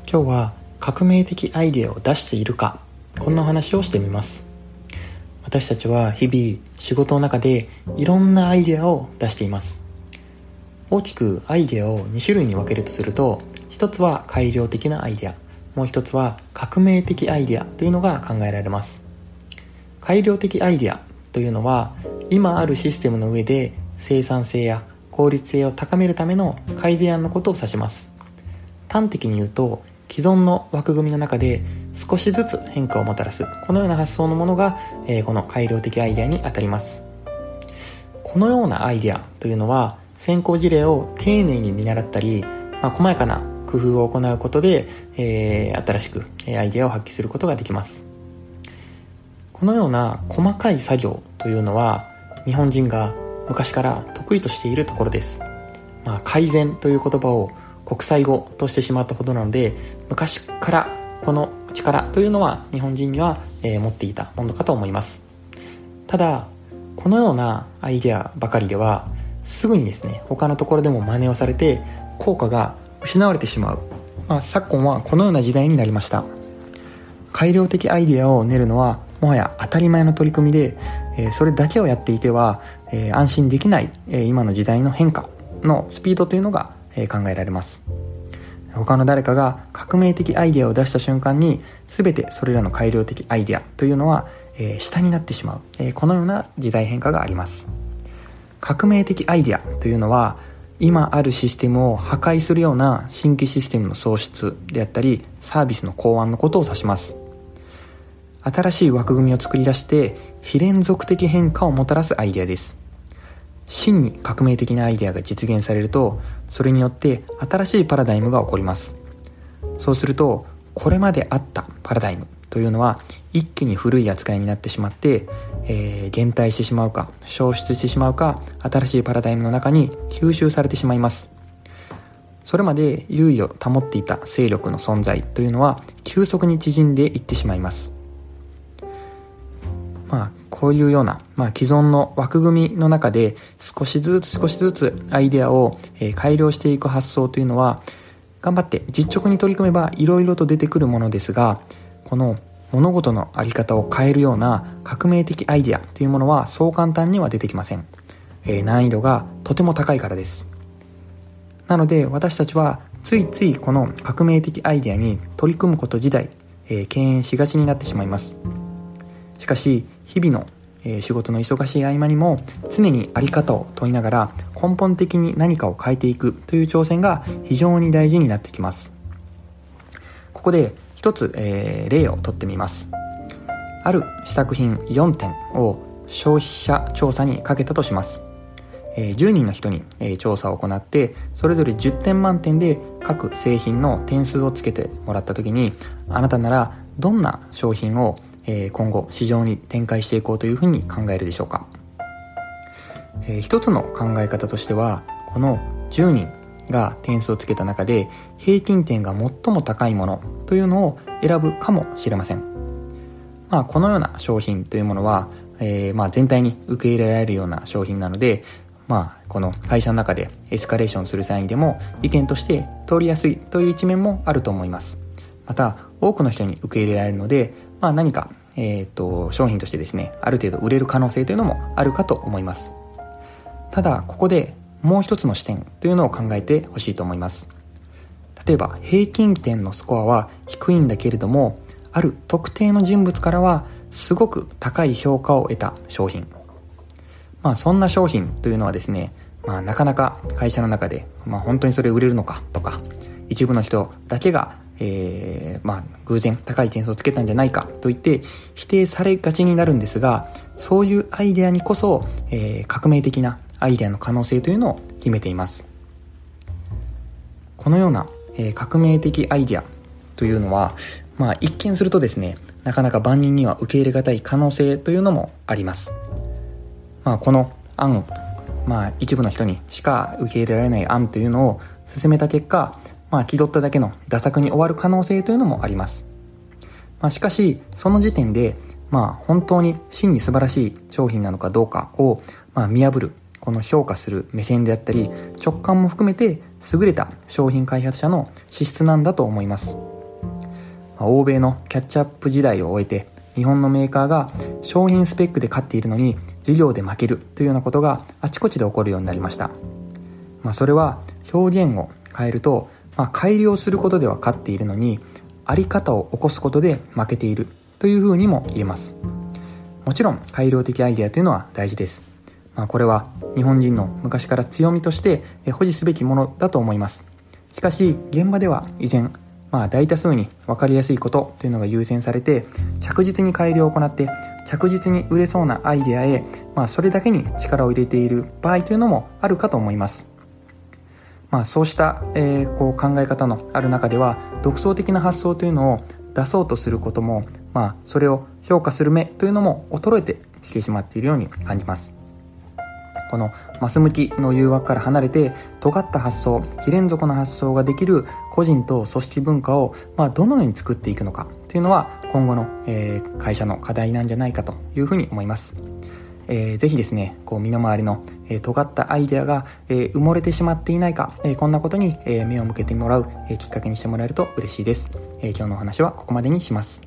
今日は革命的アイデアを出しているか、こんなお話をしてみます。私たちは日々仕事の中でいろんなアイデアを出しています。大きくアイデアを2種類に分けるとすると、一つは改良的なアイデア、もう一つは革命的アイデアというのが考えられます。改良的アイデアというのは、今あるシステムの上で生産性や効率性を高めるための改善案のことを指します。端的に言うと、既存の枠組みの中で少しずつ変化をもたらす、このような発想のものが、この改良的アイデアにあたります。このようなアイデアというのは、先行事例を丁寧に見習ったり、細やかな工夫を行うことで、新しくアイデアを発揮することができます。このような細かい作業というのは、日本人が昔から得意としているところです。改善という言葉を国際語としてしまったほどなので、昔からこの力というのは日本人には、持っていたものかと思います。ただ、このようなアイデアばかりではすぐにですね、他のところでも真似をされて効果が失われてしまう、昨今はこのような時代になりました。改良的アイデアを練るのはもはや当たり前の取り組みで、それだけをやっていては、安心できない、今の時代の変化のスピードというのが考えられます。他の誰かが革命的アイデアを出した瞬間に、全てそれらの改良的アイデアというのは、下になってしまう、このような時代変化があります。革命的アイデアというのは、今あるシステムを破壊するような新規システムの創出であったり、サービスの考案のことを指します。新しい枠組みを作り出して非連続的変化をもたらすアイデアです。真に革命的なアイデアが実現されると、それによって新しいパラダイムが起こります。そうすると、これまであったパラダイムというのは一気に古い扱いになってしまって、減退してしまうか消失してしまうか、新しいパラダイムの中に吸収されてしまいます。それまで優位を保っていた勢力の存在というのは急速に縮んでいってしまいます。こういうような、既存の枠組みの中で少しずつアイデアを、改良していく発想というのは、頑張って実直に取り組めばいろいろと出てくるものですが、この物事のあり方を変えるような革命的アイデアというものはそう簡単には出てきません。難易度がとても高いからです。なので私たちはついついこの革命的アイデアに取り組むこと自体、敬遠しがちになってしまいます。しかし日々の仕事の忙しい合間にも常にあり方を問いながら根本的に何かを変えていくという挑戦が非常に大事になってきます。ここで一つ、例をとってみます。ある試作品4点を消費者調査にかけたとします。10人の人に、調査を行って、それぞれ10点満点で各製品の点数をつけてもらったときに、あなたならどんな商品を今後市場に展開していこうというふうに考えるでしょうか。一つの考え方としては、この10人が点数をつけた中で平均点が最も高いものというのを選ぶかもしれません。このような商品というものは、全体に受け入れられるような商品なので、この会社の中でエスカレーションする際にでも意見として通りやすいという一面もあると思います。また多くの人に受け入れられるので、何か、商品としてですね、ある程度売れる可能性というのもあるかと思います。ただここでもう一つの視点というのを考えてほしいと思います。例えば平均点のスコアは低いんだけれども、ある特定の人物からはすごく高い評価を得た商品、そんな商品というのはですね、なかなか会社の中で、本当にそれ売れるのかとか、一部の人だけが偶然高い点数をつけたんじゃないかと言って否定されがちになるんですが、そういうアイデアにこそ、革命的なアイデアの可能性というのを秘めています。このような、革命的アイデアというのは、一見するとですね、なかなか万人には受け入れがたい可能性というのもあります。この案、一部の人にしか受け入れられない案というのを進めた結果、気取っただけの打作に終わる可能性というのもあります。しかしその時点で、本当に真に素晴らしい商品なのかどうかを、見破る、この評価する目線であったり直感も含めて優れた商品開発者の資質なんだと思います。 欧米のキャッチアップ時代を終えて、日本のメーカーが商品スペックで勝っているのに事業で負けるというようなことがあちこちで起こるようになりました。それは表現を変えると、改良することでは勝っているのに、あり方を起こすことで負けているというふうにも言えます。もちろん改良的アイデアというのは大事です。これは日本人の昔から強みとして保持すべきものだと思います。しかし現場では依然、大多数に分かりやすいことというのが優先されて、着実に改良を行って着実に売れそうなアイデアへ、それだけに力を入れている場合というのもあるかと思います。そうした、考え方のある中では、独創的な発想というのを出そうとすることも、それを評価する目というのも衰えてきてしまっているように感じます。このマス向きの誘惑から離れて、尖った発想、非連続な発想ができる個人と組織文化をどのように作っていくのかというのは、今後の会社の課題なんじゃないかというふうに思います。ぜひですね、身の回りの尖ったアイデアが埋もれてしまっていないか、こんなことに目を向けてもらうきっかけにしてもらえると嬉しいです。今日のお話はここまでにします。